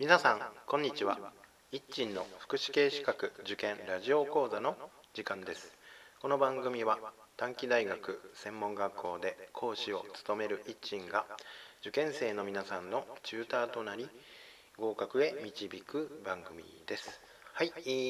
皆さんこんにちは。一鎮の福祉系資格受験ラジオ講座の時間です。この番組は短期大学専門学校で講師を務める一鎮が受験生の皆さんのチューターとなり合格へ導く番組です。はい、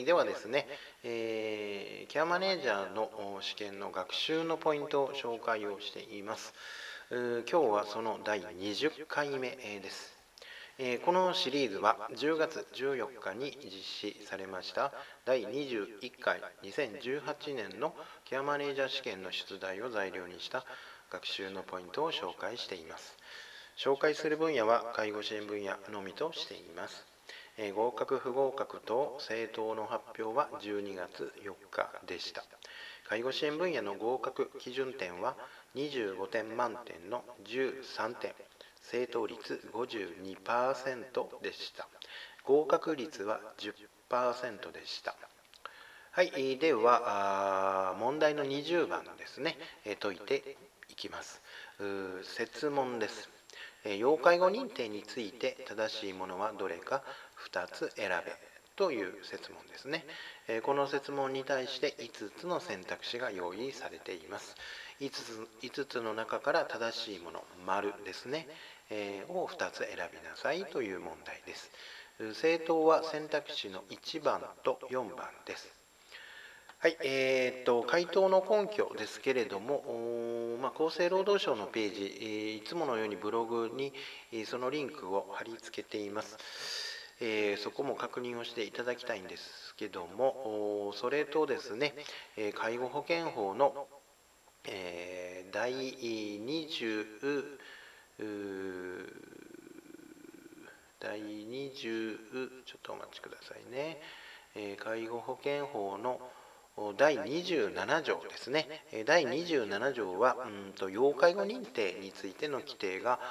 ではですね、ケアマネージャーの試験の学習のポイントを紹介をしています。今日はその第20回目です。このシリーズは10月14日に実施されました第21回2018年のケアマネージャー試験の出題を材料にした学習のポイントを紹介しています。紹介する分野は介護支援分野のみとしています。合格不合格と政党の発表は12月4日でした。介護支援分野の合格基準点は25点満点の13点、正答率 52% でした。合格率は 10% でした。はい、では問題の20番ですね、解いていきます。設問です。要介護認定について正しいものはどれか2つ選べという設問ですね。この設問に対して5つの選択肢が用意されています。5つの中から正しいもの、丸ですね、を2つ選びなさいという問題です。正答は選択肢の1番と4番です。はい、回答の根拠ですけれども、厚生労働省のページ、いつものようにブログにそのリンクを貼り付けています。そこも確認をしていただきたいんですけども、それとですね、介護保険法の、第20ちょっとお待ちくださいね。介護保険法の第27条ですね。第27条は要介護認定についての規定が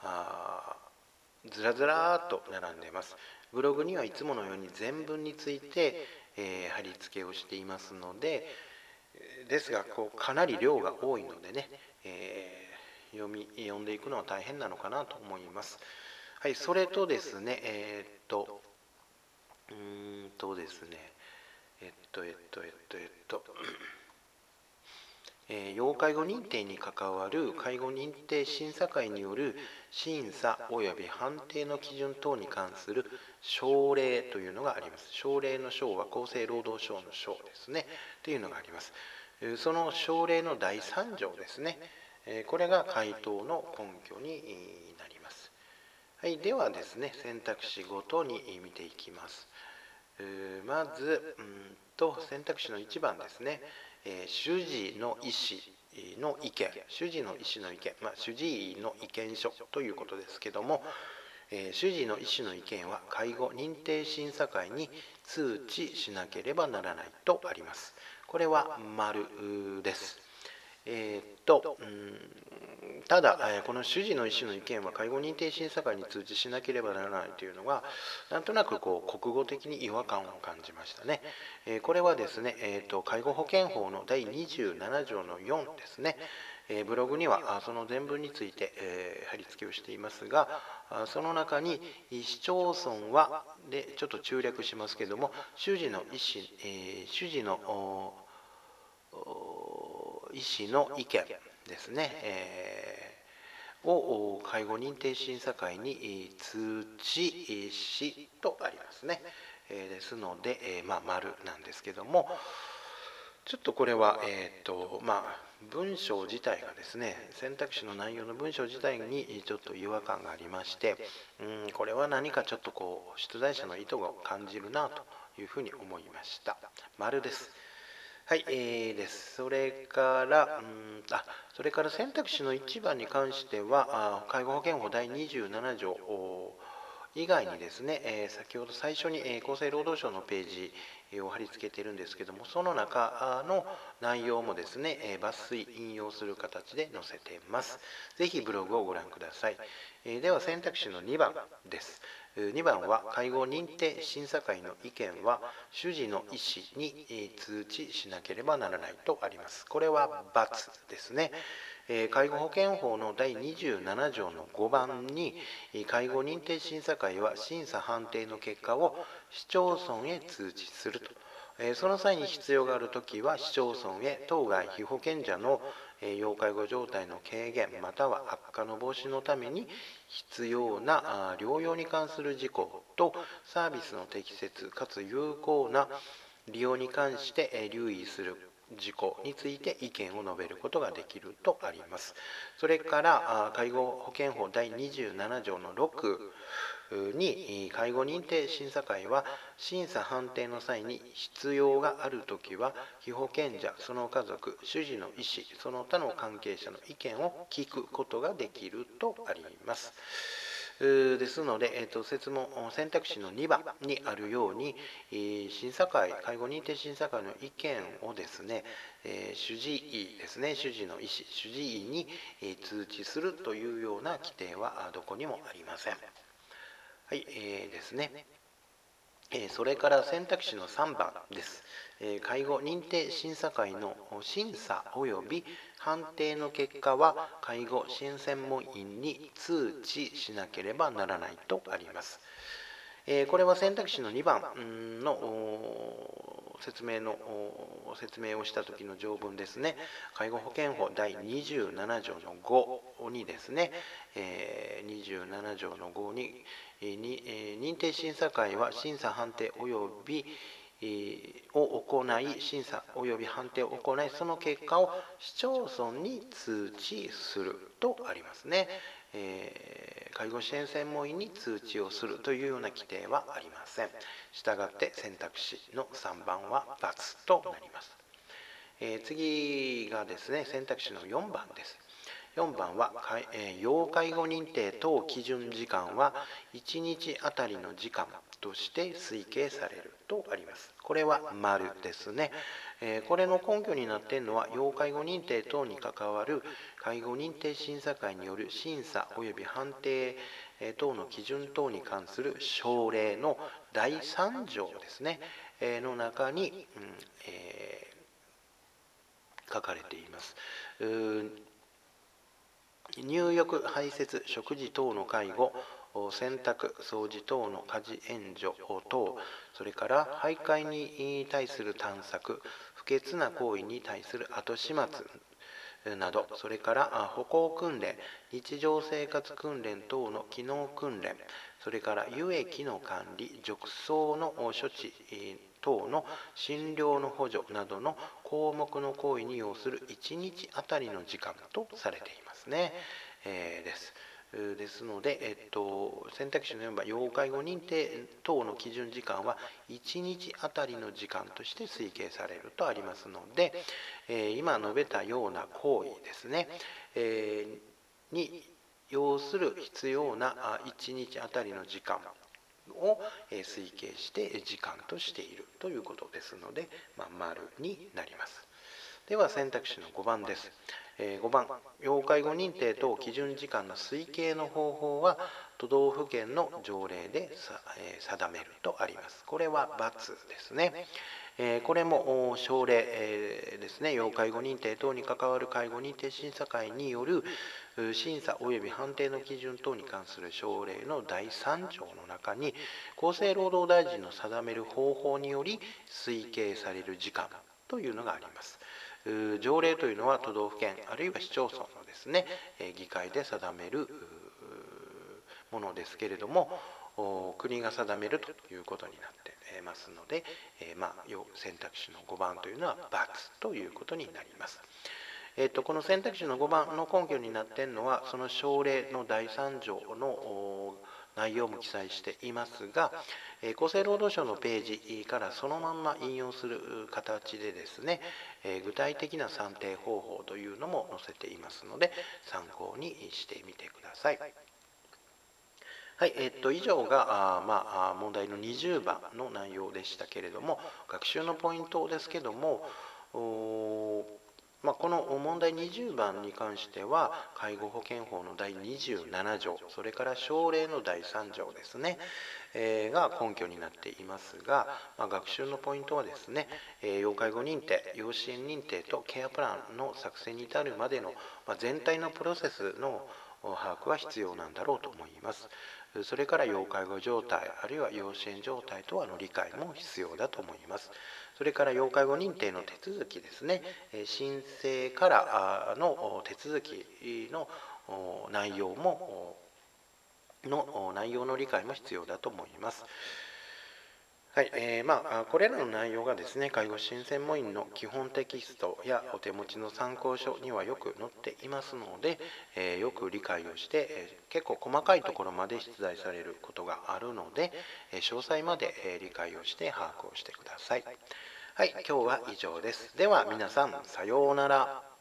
ずらずらーっと並んでいます。ブログにはいつものように全文について、貼り付けをしていますので、ですがかなり量が多いのでね、読んでいくのは大変なのかなと思います。はい、それとですね、ですね、要介護認定に関わる介護認定審査会による審査及び判定の基準等に関する省令というのがあります。省令の省は厚生労働省の省ですね。というのがあります。その省令の第3条ですね。これが回答の根拠になります。はい、ではですね、選択肢ごとに見ていきます。まず選択肢の1番ですね、主治の医師の意見、主治の医師の意見、主治医の意見書ということですけども、主治の医師の意見は介護認定審査会に通知しなければならないとあります。これは丸です。ただ、この主治の医師の意見は介護認定審査会に通知しなければならないというのがなんとなく国語的に違和感を感じましたね。これはですね、介護保険法の第27条の4ですね。ブログにはその全文について、貼り付けをしていますが、その中に市町村はでちょっと中略しますけども、主治の医師、主治の医師の意見ですね、を介護認定審査会に通知しとありますね。ですので、丸なんですけども、ちょっとこれは、文章自体がですね、選択肢の内容の文章自体にちょっと違和感がありまして、これは何かちょっと出題者の意図を感じるなというふうに思いました。丸です。はい、です。それから選択肢の1番に関しては、介護保険法第27条以外にですね、先ほど最初に厚生労働省のページを貼り付けているんですけども、その中の内容もですね、抜粋引用する形で載せています。ぜひブログをご覧ください。では選択肢の2番です。2番は介護認定審査会の意見は主事の意思に通知しなければならないとあります。これは×ですね。介護保険法の第27条の5番に介護認定審査会は審査判定の結果を市町村へ通知すると。その際に必要があるときは市町村へ当該被保険者の要介護状態の軽減または悪化の防止のために必要な療養に関する事項とサービスの適切かつ有効な利用に関して留意する事項について意見を述べることができるとあります。それから介護保険法第27条の6に介護認定審査会は審査判定の際に必要があるときは被保険者その家族主事の医師その他の関係者の意見を聞くことができるとあります。ですので、選択肢の2番にあるように、審査会、介護認定審査会の意見をですね、主治医ですね、主治の医師、主治医に通知するというような規定はどこにもありません。はい、ですね。それから選択肢の3番です。介護認定審査会の審査及び判定の結果は介護支援専門員に通知しなければならないとあります。これは選択肢の2番の説明をした時の条文ですね。介護保険法第27条の5にですね、27条の5に認定審査会は審査判定及びを行い審査及び判定を行いその結果を市町村に通知するとありますね。介護支援専門医に通知をするというような規定はありません。したがって選択肢の3番は×となります。次がですね、選択肢の4番です。4番は、要介護認定等基準時間は1日あたりの時間として推計されるとあります。これは丸ですね。これの根拠になっているのは、要介護認定等に関わる介護認定審査会による審査及び判定等の基準等に関する省令の第3条ですね、の中に、書かれています。入浴排泄食事等の介護洗濯掃除等の家事援助等それから徘徊に対する探索不潔な行為に対する後始末などそれから歩行訓練日常生活訓練等の機能訓練それから輸液の管理褥瘡の処置等の診療の補助などの項目の行為に要する1日あたりの時間とされていますね。ですので、選択肢の4番要介護認定等の基準時間は1日あたりの時間として推計されるとありますので、今述べたような行為ですね、に要する必要な1日あたりの時間を推計して時間としているということですので、丸になります。では選択肢の5番です。5番、要介護認定等基準時間の推計の方法は都道府県の条例で定めるとあります。これは×ですね。これも省令ですね。要介護認定等に関わる介護認定審査会による審査及び判定の基準等に関する省令の第3条の中に厚生労働大臣の定める方法により推計される時間というのがあります。条例というのは都道府県あるいは市町村のですね議会で定めるものですけれども国が定めるということになっていますので、選択肢の5番というのは×ということになります。この選択肢の5番の根拠になっているのはその省令の第3条の内容も記載していますが、厚生労働省のページからそのまんま引用する形でですね、具体的な算定方法というのも載せていますので参考にしてみてください。 はい、以上が問題の20番の内容でしたけれども、学習のポイントですけども、この問題20番に関しては介護保険法の第27条、それから省令の第3条ですね、が根拠になっていますが、学習のポイントはですね、要介護認定、要支援認定とケアプランの作成に至るまでの、全体のプロセスの把握は必要なんだろうと思います。それから要介護状態あるいは要支援状態とはの理解も必要だと思います。それから要介護認定の手続きですね、申請からの手続きの内容の理解も必要だと思います。はい、これらの内容がですね、介護支援専門員の基本テキストやお手持ちの参考書にはよく載っていますので、よく理解をして、結構細かいところまで出題されることがあるので、詳細まで、理解をして把握をしてください。はい、今日は以上です。では皆さん、さようなら。